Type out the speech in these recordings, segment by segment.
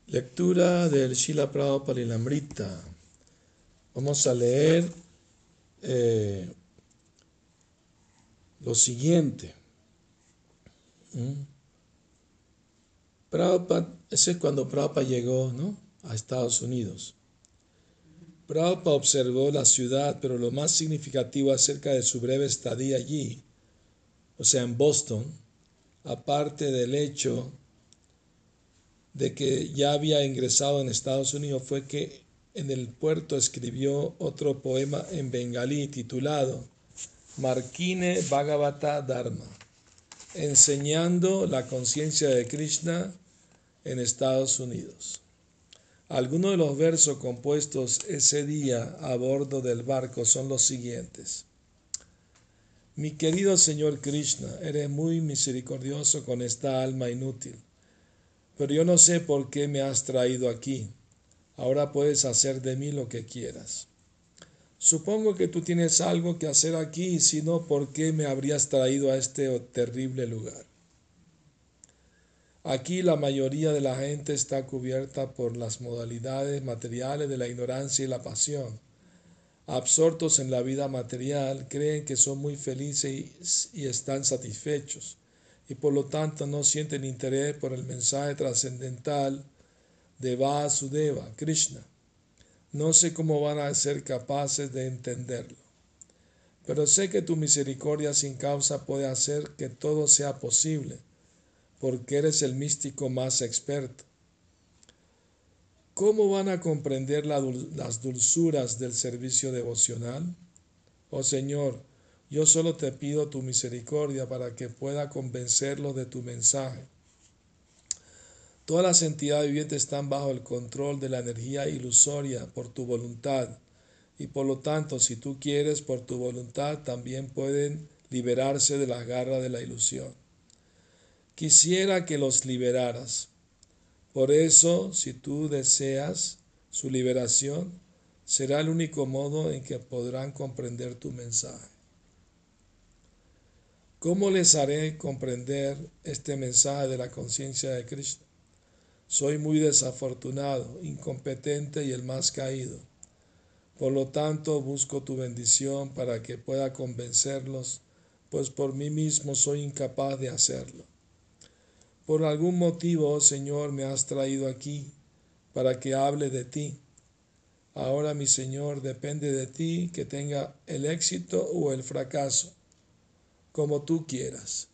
Lectura del Srila Prabhupada Lilamrita. Vamos a leer lo siguiente. Prabhupada, ese es cuando Prabhupada llegó, ¿no?, a Estados Unidos. Prabhupada observó la ciudad, pero lo más significativo acerca de su breve estadía allí, o sea, en Boston, aparte del hecho de que ya había ingresado en Estados Unidos, fue que en el puerto escribió otro poema en bengalí titulado Markine Bhagavata Dharma, enseñando la conciencia de Krishna en Estados Unidos. Algunos de los versos compuestos ese día a bordo del barco son los siguientes. Mi querido Señor Krishna, eres muy misericordioso con esta alma inútil, pero yo no sé por qué me has traído aquí. Ahora puedes hacer de mí lo que quieras. Supongo que tú tienes algo que hacer aquí, y si no, ¿por qué me habrías traído a este terrible lugar? Aquí la mayoría de la gente está cubierta por las modalidades materiales de la ignorancia y la pasión. Absortos en la vida material, creen que son muy felices y están satisfechos, y por lo tanto no sienten interés por el mensaje trascendental de Vasudeva, Krishna. No sé cómo van a ser capaces de entenderlo, pero sé que tu misericordia sin causa puede hacer que todo sea posible, porque eres el místico más experto. ¿Cómo van a comprender las dulzuras del servicio devocional? Oh Señor, yo solo te pido tu misericordia para que pueda convencerlos de tu mensaje. Todas las entidades vivientes están bajo el control de la energía ilusoria por tu voluntad, y por lo tanto, si tú quieres, por tu voluntad, también pueden liberarse de las garras de la ilusión. Quisiera que los liberaras. Por eso, si tú deseas su liberación, será el único modo en que podrán comprender tu mensaje. ¿Cómo les haré comprender este mensaje de la conciencia de Krishna? Soy muy desafortunado, incompetente y el más caído. Por lo tanto, busco tu bendición para que pueda convencerlos, pues por mí mismo soy incapaz de hacerlo. Por algún motivo, oh Señor, me has traído aquí para que hable de ti. Ahora, mi Señor, depende de ti que tenga el éxito o el fracaso, como tú quieras.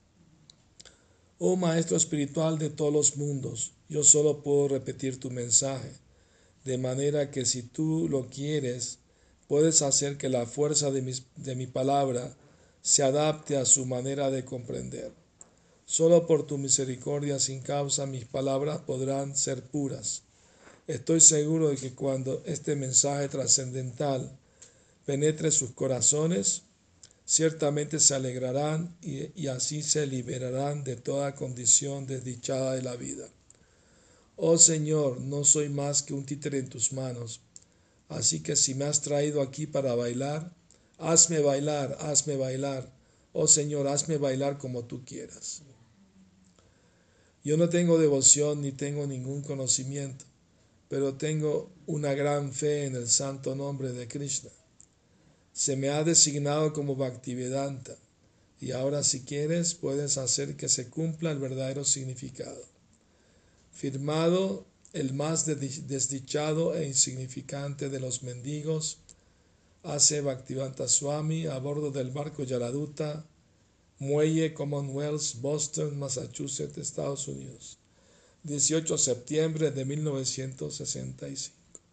Oh Maestro espiritual de todos los mundos, yo solo puedo repetir tu mensaje, de manera que si tú lo quieres, puedes hacer que la fuerza de mi palabra se adapte a su manera de comprender. Solo por tu misericordia sin causa mis palabras podrán ser puras. Estoy seguro de que cuando este mensaje trascendental penetre sus corazones, ciertamente se alegrarán y así se liberarán de toda condición desdichada de la vida. Oh Señor, no soy más que un títere en tus manos, así que si me has traído aquí para bailar, hazme bailar, hazme bailar. Oh Señor, hazme bailar como tú quieras. Yo no tengo devoción ni tengo ningún conocimiento, pero tengo una gran fe en el santo nombre de Krishna. Se me ha designado como Bhaktivedanta, y ahora si quieres puedes hacer que se cumpla el verdadero significado. Firmado el más desdichado e insignificante de los mendigos, A.C. Bhaktivedanta Swami, a bordo del barco Yaladuta, muelle Commonwealth, Boston, Massachusetts, Estados Unidos, 18 de septiembre de 1965.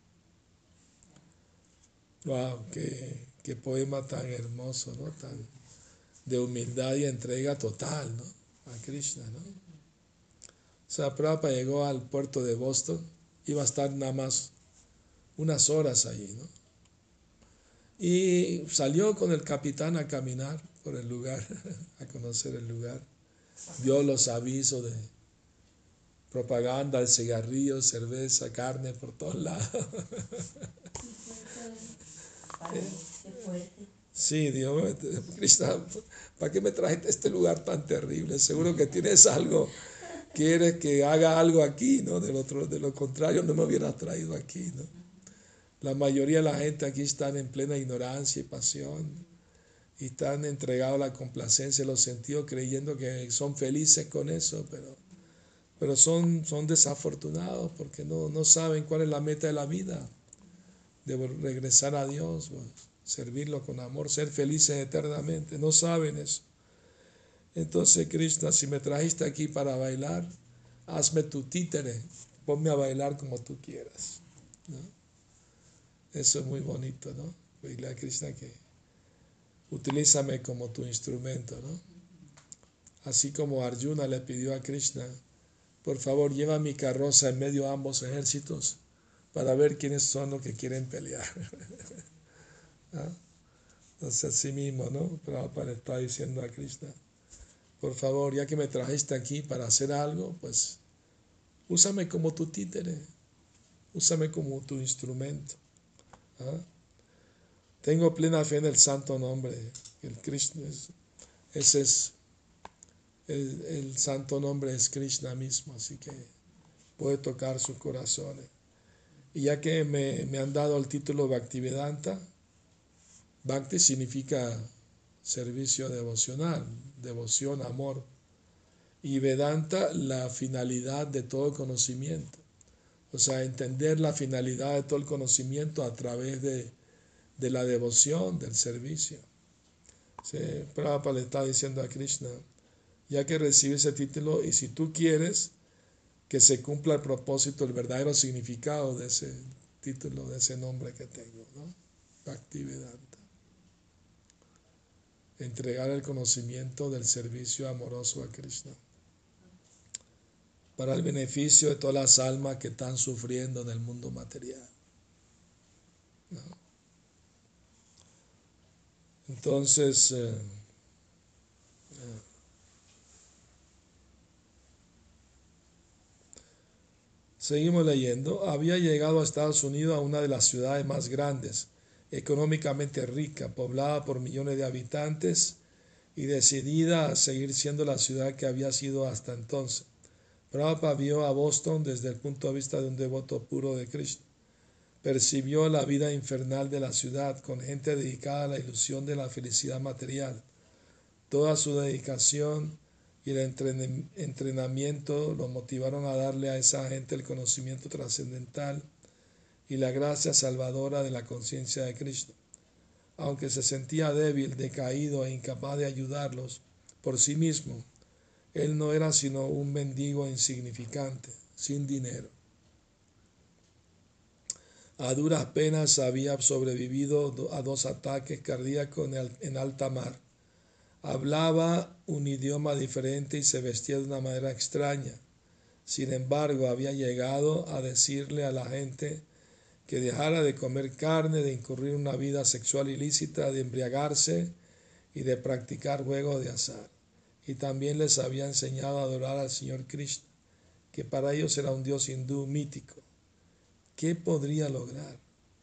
Wow, qué poema tan hermoso, ¿no? Tan de humildad y entrega total, ¿no?, a Krishna, ¿no? O sea, Prabhupada llegó al puerto de Boston, iba a estar nada más unas horas allí, ¿no? Y salió con el capitán a caminar por el lugar, a conocer el lugar. Vio los avisos de propaganda de cigarrillos, cerveza, carne por todos lados. Sí, Dios, Krishna, ¿para qué me trajiste a este lugar tan terrible? Seguro que tienes algo quieres que haga algo aquí, ¿no? De lo contrario no me hubieras traído aquí, ¿no? La mayoría de la gente aquí están en plena ignorancia y pasión y están entregados a la complacencia de los sentidos creyendo que son felices con eso, pero son desafortunados porque no saben cuál es la meta de la vida, de regresar a Dios, pues, servirlo con amor, ser felices eternamente. No saben eso. Entonces, Krishna, si me trajiste aquí para bailar, hazme tu títere, ponme a bailar como tú quieras, ¿no? Eso es muy bonito, ¿no? Dile a Krishna que utilízame como tu instrumento, ¿no? Así como Arjuna le pidió a Krishna, por favor, lleva mi carroza en medio de ambos ejércitos para ver quiénes son los que quieren pelear. ¿Ah? Entonces, así mismo, ¿no? Prabhupada le está diciendo a Krishna, por favor, ya que me trajiste aquí para hacer algo, pues úsame como tu títere, úsame como tu instrumento. ¿Ah? Tengo plena fe en el santo nombre. El Krishna ese es el santo nombre es Krishna mismo, así que puede tocar sus corazones. Y ya que me han dado el título Bhaktivedanta, Bhakti significa servicio devocional, devoción, amor. Y Vedanta, la finalidad de todo conocimiento. O sea, entender la finalidad de todo el conocimiento a través de la devoción, del servicio. ¿Sí? Prabhupada le está diciendo a Krishna, ya que recibe ese título, y si tú quieres que se cumpla el propósito, el verdadero significado de ese título, de ese nombre que tengo, ¿no? Bhaktivedanta. Entregar el conocimiento del servicio amoroso a Krishna, para el beneficio de todas las almas que están sufriendo en el mundo material, ¿no? Entonces, seguimos leyendo. Había llegado a Estados Unidos, a una de las ciudades más grandes, económicamente rica, poblada por millones de habitantes y decidida a seguir siendo la ciudad que había sido hasta entonces. Prabhupada vio a Boston desde el punto de vista de un devoto puro de Krishna. Percibió la vida infernal de la ciudad con gente dedicada a la ilusión de la felicidad material. Toda su dedicación y el entrenamiento lo motivaron a darle a esa gente el conocimiento trascendental y la gracia salvadora de la conciencia de Krishna. Aunque se sentía débil, decaído e incapaz de ayudarlos por sí mismo, él no era sino un mendigo insignificante, sin dinero. A duras penas había sobrevivido a 2 ataques cardíacos en alta mar. Hablaba un idioma diferente y se vestía de una manera extraña. Sin embargo, había llegado a decirle a la gente que dejara de comer carne, de incurrir en una vida sexual ilícita, de embriagarse y de practicar juegos de azar. Y también les había enseñado a adorar al Señor Krishna, que para ellos era un dios hindú mítico. ¿Qué podría lograr?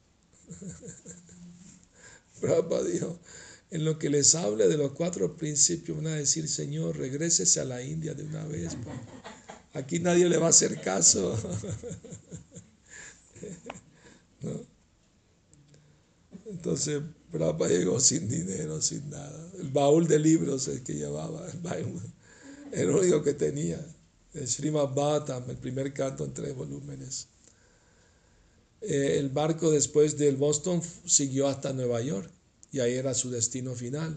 Prabhupada dijo, en lo que les hable de los 4 principios van a decir, Señor, regrésese a la India de una vez. Aquí nadie le va a hacer caso. ¿No? Entonces, Prabhupada llegó sin dinero, sin nada. El baúl de libros es que llevaba, el único que tenía. El Srimad Bhattam, el primer canto en 3 volúmenes. El barco después del Boston siguió hasta Nueva York y ahí era su destino final.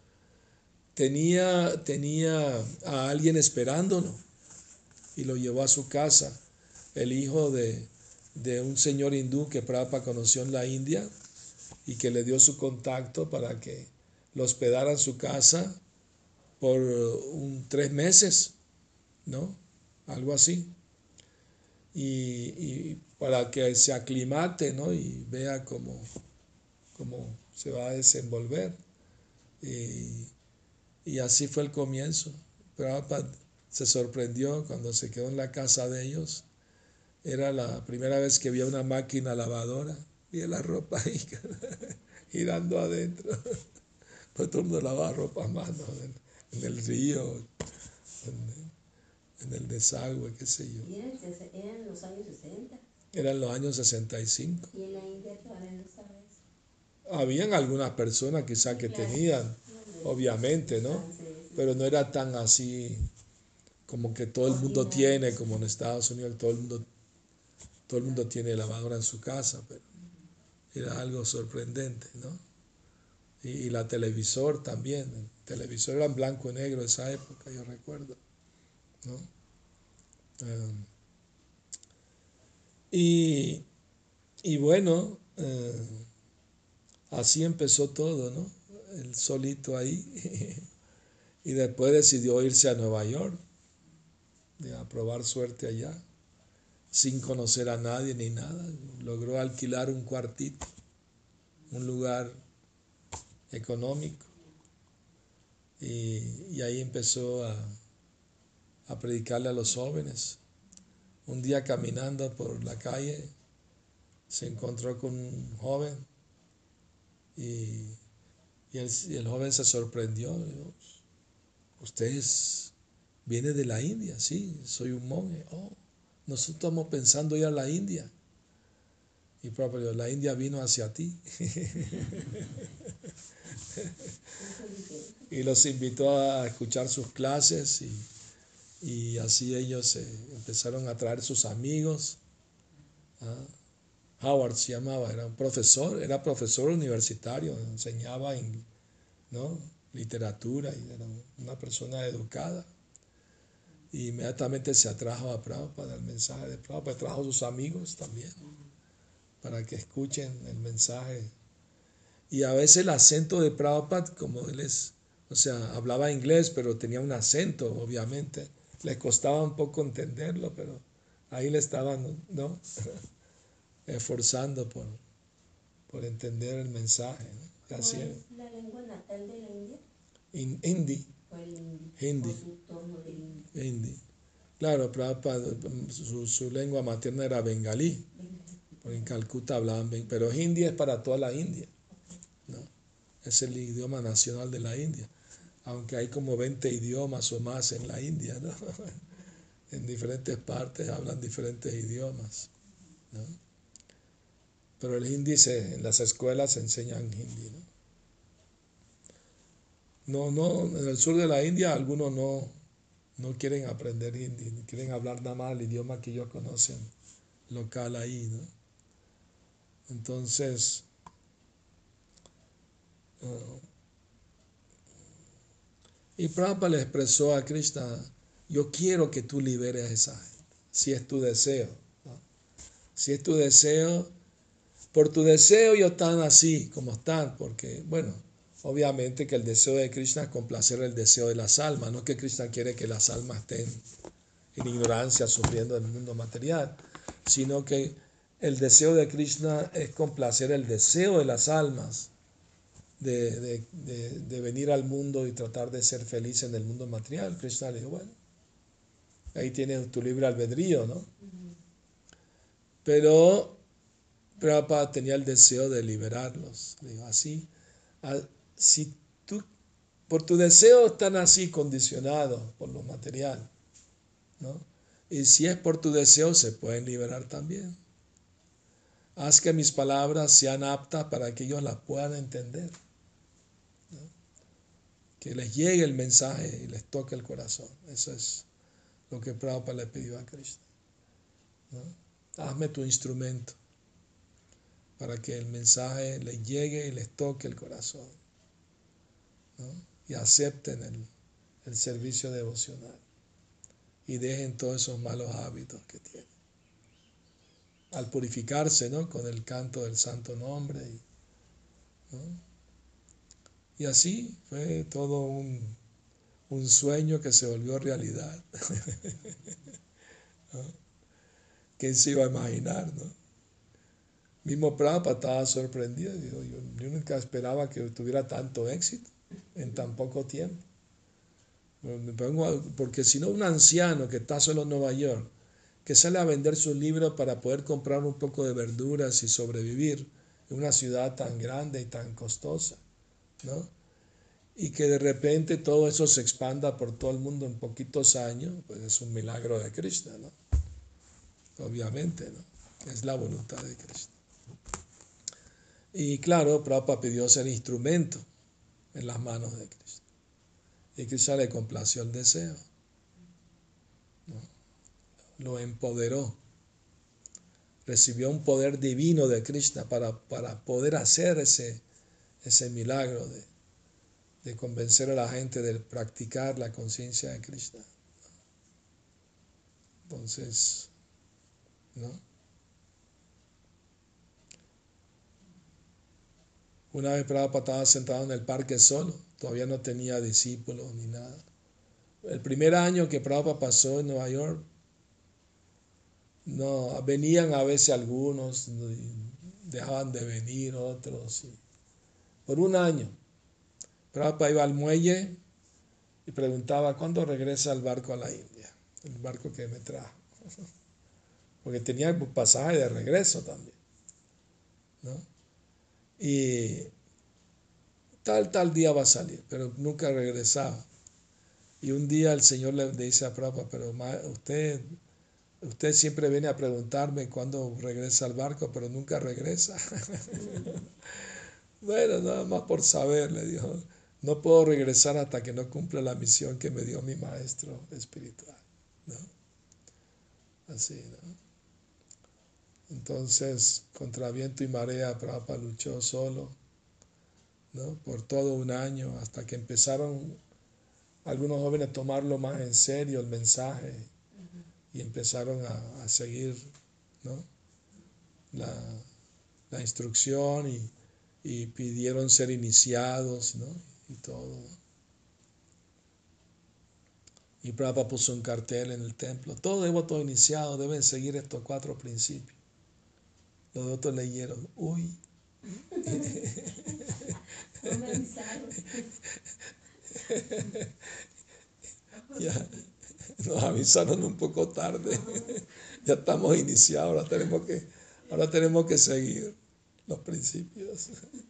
Tenía a alguien esperándolo y lo llevó a su casa, el hijo de un señor hindú que Prabhupada conoció en la India y que le dio su contacto para que lo hospedara en su casa por 3 meses, ¿no? Algo así. Y para que se aclimate, ¿no? Y vea cómo se va a desenvolver. Y así fue el comienzo. Prabhupada se sorprendió cuando se quedó en la casa de ellos. Era la primera vez que vio una máquina lavadora. Vi la ropa ahí girando adentro. Pues todo el mundo lavaba ropa a mano en el río. en el desagüe, qué sé yo. Y eran los años 60. Eran los años 65. Y en la India todavía no sabes. Habían algunas personas quizás que Claro. tenían, obviamente, ¿no? Pero no era tan así como que todo el mundo tiene, como en Estados Unidos, todo el mundo tiene lavadora en su casa, pero era algo sorprendente, ¿no? Y la televisor también, el televisor era en blanco y negro esa época, yo recuerdo, ¿no? Y, y bueno, así empezó todo, ¿no? Él solito ahí. Y después decidió irse a Nueva York, a probar suerte allá, sin conocer a nadie ni nada. Logró alquilar un cuartito, un lugar económico, y ahí empezó a predicarle a los jóvenes. Un día caminando por la calle, se encontró con un joven y, y el joven se sorprendió. Dijo, ¿usted viene de la India? Sí, soy un monje. Oh, nosotros estamos pensando ir a la India. Y propio, la India vino hacia ti. Y los invitó a escuchar sus clases y así ellos empezaron a traer sus amigos. ¿Ah? Howard se llamaba, era profesor universitario, enseñaba ¿no? literatura y era una persona educada. Y inmediatamente se atrajo a Prabhupada, el mensaje de Prabhupada, trajo a sus amigos también para que escuchen el mensaje. Y a veces el acento de Prabhupada, como él o sea, hablaba inglés, pero tenía un acento, obviamente. Le costaba un poco entenderlo, pero ahí le estaban, ¿no? esforzando por entender el mensaje, ¿no? ¿Cuál es la lengua natal de la India? Hindi. ¿O el hindi? Hindi. ¿O su tono de hindi? Hindi. Claro, Prabhupada, su lengua materna era bengalí, porque en Calcuta hablaban bengalí, pero hindi es para toda la India, ¿no? Es el idioma nacional de la India, aunque hay como 20 idiomas o más en la India, ¿no? En diferentes partes hablan diferentes idiomas, ¿no? Pero el hindi en las escuelas se enseñan hindi, ¿no? No, en el sur de la India algunos no quieren aprender hindi, quieren hablar nada más el idioma que ellos conocen local ahí, ¿no? Entonces, y Prabhupada le expresó a Krishna, yo quiero que tú liberes a esa gente, si es tu deseo, ¿no? Si es tu deseo, por tu deseo ellos están así como están, porque, bueno, obviamente que el deseo de Krishna es complacer el deseo de las almas, no es que Krishna quiere que las almas estén en ignorancia sufriendo en el mundo material, sino que el deseo de Krishna es complacer el deseo de las almas de venir al mundo y tratar de ser feliz en el mundo material. Krishna le dijo, bueno, ahí tienes tu libre albedrío, ¿no? Pero Prabhupada tenía el deseo de liberarlos. Le digo, así, si tú, por tu deseo están así condicionados por lo material, ¿no? Y si es por tu deseo, se pueden liberar también. Haz que mis palabras sean aptas para que ellos las puedan entender, ¿no? Que les llegue el mensaje y les toque el corazón. Eso es lo que Prabhupada le pidió a Krishna, ¿no? Hazme tu instrumento para que el mensaje les llegue y les toque el corazón, ¿no? Y acepten el servicio devocional y dejen todos esos malos hábitos que tienen. Al purificarse, ¿no? Con el canto del santo nombre, ¿no? Y así fue todo un sueño que se volvió realidad. ¿No? ¿Quién se iba a imaginar, no? Mismo Prabhupada estaba sorprendido. Yo nunca esperaba que tuviera tanto éxito en tan poco tiempo. Porque si no, un anciano que está solo en Nueva York, que sale a vender sus libros para poder comprar un poco de verduras y sobrevivir en una ciudad tan grande y tan costosa, ¿no? y que de repente todo eso se expanda por todo el mundo en poquitos años, pues es un milagro de Krishna, ¿no? Obviamente, ¿no? Es la voluntad de Krishna. Y claro, Prabhupada pidió ser instrumento en las manos de Krishna. Y Krishna le complació el deseo, ¿no? Lo empoderó. Recibió un poder divino de Krishna para poder hacer ese milagro de convencer a la gente de practicar la conciencia de Krishna. Entonces, ¿no? Una vez Prabhupada estaba sentado en el parque solo, todavía no tenía discípulos ni nada. El primer año que Prabhupada pasó en Nueva York, no, venían a veces algunos, dejaban de venir otros. Por un año, Prabhupada iba al muelle y preguntaba, ¿cuándo regresa el barco a la India? El barco que me trajo. Porque tenía pasaje de regreso también, ¿no? Y tal día va a salir, pero nunca regresaba. Y un día el Señor le dice a Prabhupada, pero usted siempre viene a preguntarme cuándo regresa al barco, pero nunca regresa. Bueno, nada más por saber, le dijo, no puedo regresar hasta que no cumpla la misión que me dio mi maestro espiritual, ¿no? Así, ¿no? Entonces, contra viento y marea, Prabhupada luchó solo, ¿no? Por todo un año, hasta que empezaron algunos jóvenes a tomarlo más en serio el mensaje y empezaron a seguir, ¿no? la, la instrucción y pidieron ser iniciados, ¿no? Y todo, ¿no? Y Prabhupada puso un cartel en el templo. Todo devoto iniciado deben seguir estos 4 principios. Los devotos leyeron, uy. No me avisaron. Ya, nos avisaron un poco tarde. Ya estamos iniciados, ahora tenemos que seguir los principios.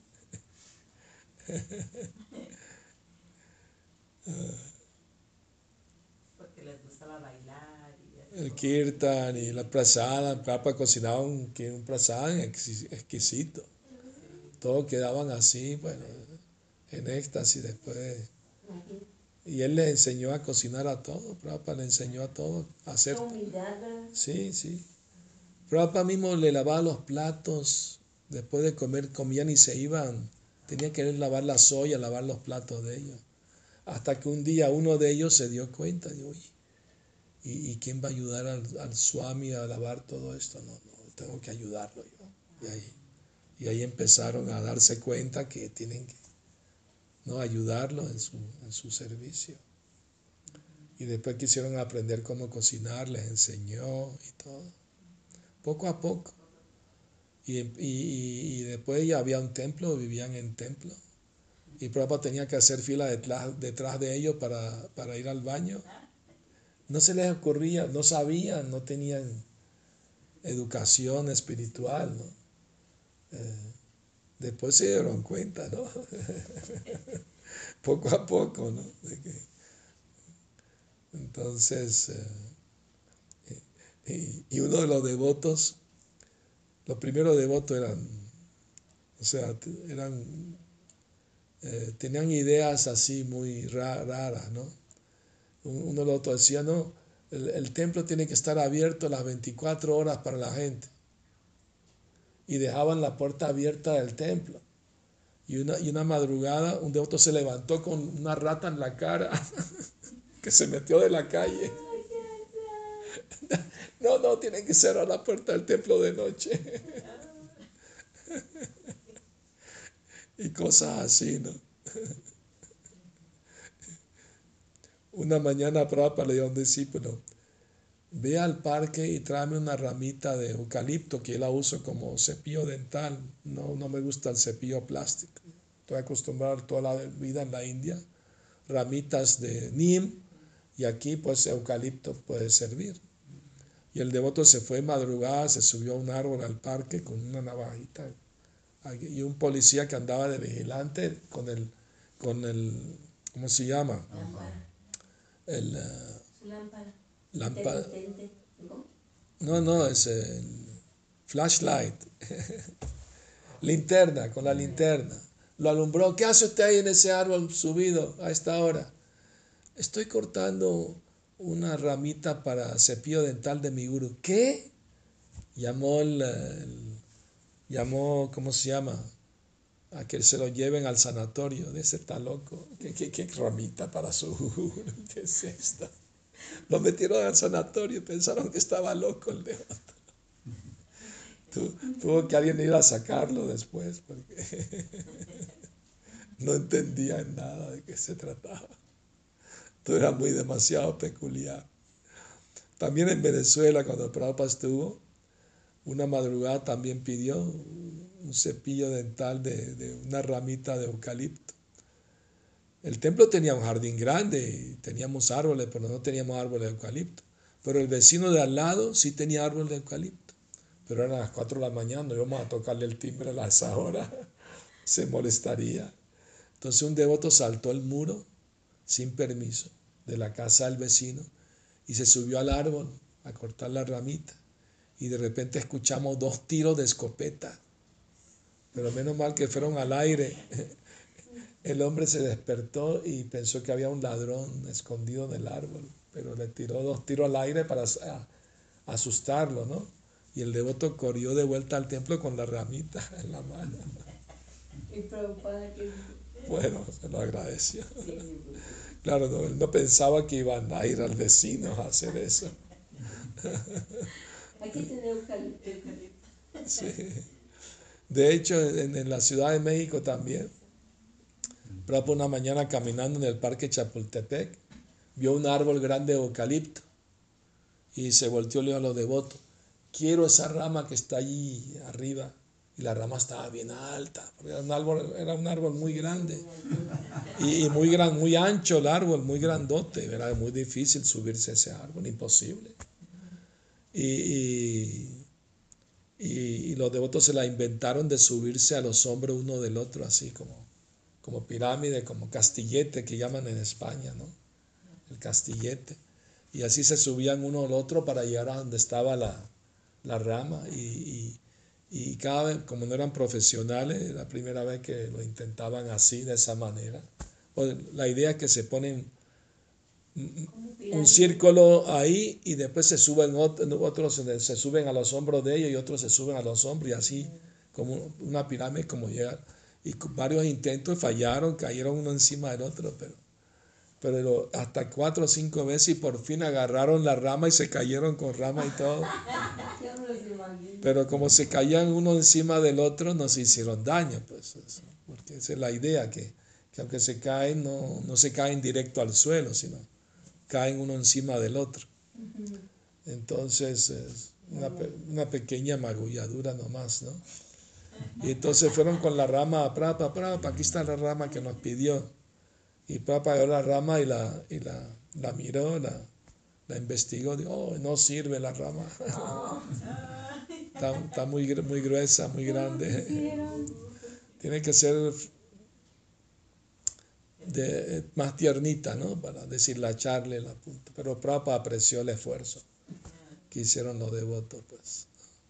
Porque les gustaba bailar y El eso. kirtan y la prasada, Prabhupada cocinaba un prasada exquisito. Todos quedaban así, bueno, en éxtasis después. Imagínate. Y él les enseñó a cocinar a todos, Prabhupada le enseñó a todos a hacer. Qué humildad, ¿verdad? Sí, sí. Prabhupada mismo le lavaba los platos, después de comer, comían y se iban. Tenía que lavar la soya, lavar los platos de ellos. Hasta que un día uno de ellos se dio cuenta, dijo, oye, ¿y quién va a ayudar al Swami a lavar todo esto? No, tengo que ayudarlo yo. Y ahí empezaron a darse cuenta que tienen que, ¿no? Ayudarlo en su servicio. Y después quisieron aprender cómo cocinar, les enseñó y todo. Poco a poco. Y después ya había un templo, vivían en templo. Y Prabhupada tenía que hacer fila detrás de ellos para ir al baño. No se les ocurría, no sabían, no tenían educación espiritual, ¿no? Después se dieron cuenta, ¿no? Poco a poco, ¿no? Entonces, y uno de los devotos, los primeros devotos eran, o sea, tenían ideas así muy raras, ¿no? Uno de los otros decía, no, el templo tiene que estar abierto las 24 horas para la gente. Y dejaban la puerta abierta del templo. Y una madrugada un devoto se levantó con una rata en la cara que se metió de la calle. No, tienen que cerrar la puerta del templo de noche. Y cosas así, ¿no? Una mañana Prabhupada le dio a un discípulo, ve al parque y tráeme una ramita de eucalipto que yo la uso como cepillo dental. No me gusta el cepillo plástico. Estoy acostumbrado toda la vida en la India. Ramitas de neem y aquí pues eucalipto puede servir. Y el devoto se fue madrugada, se subió a un árbol al parque con una navajita. Y un policía que andaba de vigilante con con el, ¿cómo se llama? Lámpara. El Su lámpara. lámpara. Intermitente. ¿Cómo? No, es el flashlight. Linterna, con la linterna. Lo alumbró. ¿Qué hace usted ahí en ese árbol subido a esta hora? Estoy cortando una ramita para cepillo dental de mi gurú. ¿Qué? Llamó, ¿cómo se llama? A que se lo lleven al sanatorio. De ese está loco. ¿Qué ramita para su gurú? ¿Qué es esto? Lo metieron al sanatorio y pensaron que estaba loco el de otro. Tuvo que alguien ir a sacarlo después porque no entendía nada de qué se trataba. Todo era muy demasiado peculiar. También en Venezuela, cuando Prabhupada estuvo, una madrugada también pidió un cepillo dental de una ramita de eucalipto. El templo tenía un jardín grande y teníamos árboles, pero no teníamos árboles de eucalipto. Pero el vecino de al lado sí tenía árbol de eucalipto. Pero eran las 4 de la mañana, no íbamos a tocarle el timbre a esa hora, se molestaría. Entonces un devoto saltó el muro sin permiso de la casa del vecino y se subió al árbol a cortar la ramita. Y de repente escuchamos 2 tiros de escopeta, pero menos mal que fueron al aire. El hombre se despertó y pensó que había un ladrón escondido en el árbol, pero le tiró 2 tiros al aire para asustarlo, ¿no? Y el devoto corrió de vuelta al templo con la ramita en la mano. Y Prabhupada que... Bueno, se lo agradeció. Sí, Claro, no, él no pensaba que iban a ir al vecino a hacer eso. hay que tener eucalipto. Sí. De hecho, en la Ciudad de México también, Prabhupada una mañana caminando en el parque Chapultepec, vio un árbol grande de eucalipto y se volteó y le dijo a los devotos: quiero esa rama que está allí arriba. Y la rama estaba bien alta, porque era un árbol muy grande y muy ancho el árbol, muy grandote. Era muy difícil subirse a ese árbol, imposible. Y los devotos se la inventaron de subirse a los hombros uno del otro, así como pirámide, como castillete que llaman en España, ¿no? El castillete. Y así se subían uno al otro para llegar a donde estaba la rama. Y cada vez, como no eran profesionales, la primera vez que lo intentaban así, de esa manera. La idea es que se ponen un círculo ahí y después se suben otros se suben a los hombros de ellos y otros se suben a los hombros y así como una pirámide como llegar. Y con varios intentos fallaron, cayeron uno encima del otro, pero hasta 4 o 5 veces y por fin agarraron la rama y se cayeron con rama y todo. Ya me los imagino. Pero como se caían uno encima del otro, no se hicieron daño, pues, porque esa es la idea, que aunque se caen, no se caen directo al suelo, sino caen uno encima del otro. Entonces, es una pequeña magulladura nomás, ¿no? Y entonces fueron con la rama a Prabhupada, aquí está la rama que nos pidió. Y Prabhupada agarró la rama y la miró, la investigó, dijo: oh, no sirve la rama. Está muy gruesa, muy grande. Tiene que ser más tiernita, ¿no? Para deshilacharle la punta. Pero Prabhupada apreció el esfuerzo que hicieron los devotos, pues.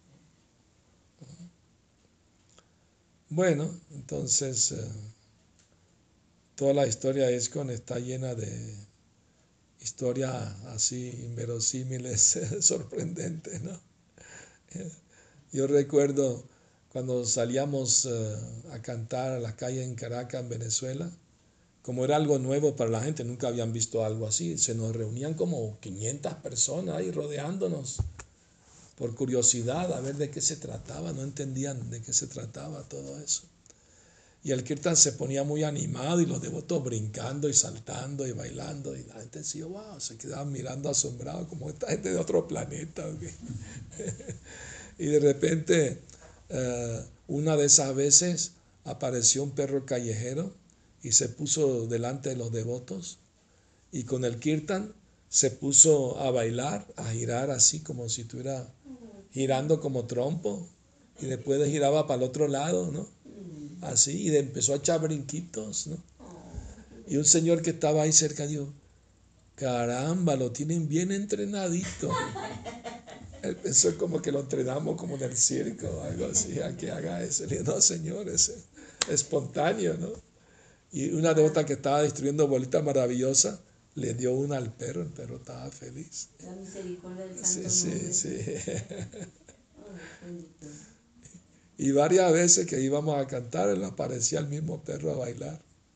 Bueno, entonces toda la historia de ISKCON está llena de historias así inverosímiles, sorprendentes, ¿no? Yo recuerdo cuando salíamos a cantar a la calle en Caracas, en Venezuela, como era algo nuevo para la gente, nunca habían visto algo así, se nos reunían como 500 personas ahí rodeándonos por curiosidad a ver de qué se trataba, no entendían de qué se trataba todo eso. Y el kirtan se ponía muy animado y los devotos brincando y saltando y bailando y la gente decía: wow, se quedaban mirando asombrados como esta gente de otro planeta. ¿Okay? Y de repente, una de esas veces apareció un perro callejero y se puso delante de los devotos y con el kirtan se puso a bailar, a girar así como si estuviera girando como trompo y después giraba para el otro lado, ¿no? Así, y empezó a echar brinquitos, ¿no? Y un señor que estaba ahí cerca dijo, caramba, lo tienen bien entrenadito. Él pensó como que lo entrenamos como en el circo o algo así, a que haga eso. Le dije, no, señor, es espontáneo, ¿no? Y una devota que estaba distribuyendo bolitas maravillosas le dio una al perro, el perro estaba feliz. La misericordia del Sí, santo sí, nombre. sí. Ay, bendito. Y varias veces que íbamos a cantar, él aparecía el mismo perro a bailar,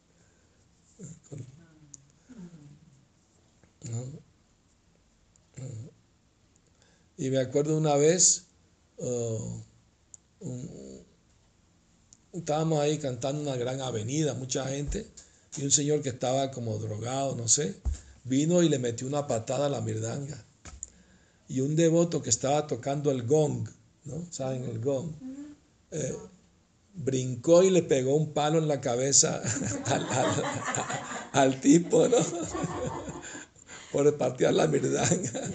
¿no? Y me acuerdo una vez, estábamos ahí cantando en una gran avenida, mucha gente, y un señor que estaba como drogado, no sé, vino y le metió una patada a la mirdanga. Y un devoto que estaba tocando el gong, ¿no? ¿Saben el gong? Brincó y le pegó un palo en la cabeza al tipo, ¿no? Por patear la mirdanga.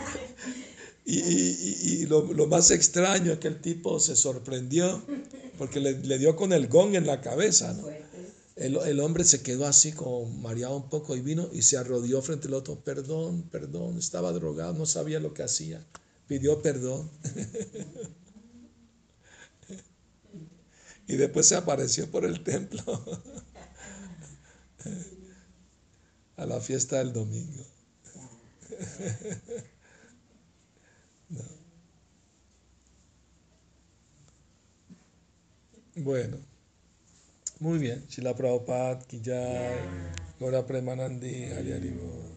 Y lo más extraño es que el tipo se sorprendió porque le dio con el gong en la cabeza, ¿no? Fuerte. El hombre se quedó así como mareado un poco y vino y se arrodilló frente al otro. Perdón, perdón, estaba drogado, no sabía lo que hacía. Pidió perdón y después se apareció por el templo a la fiesta del domingo. Bueno, muy bien. Shila Prabhupada, Ki Jai, Gaura Premanandi, Hari Hari Bol.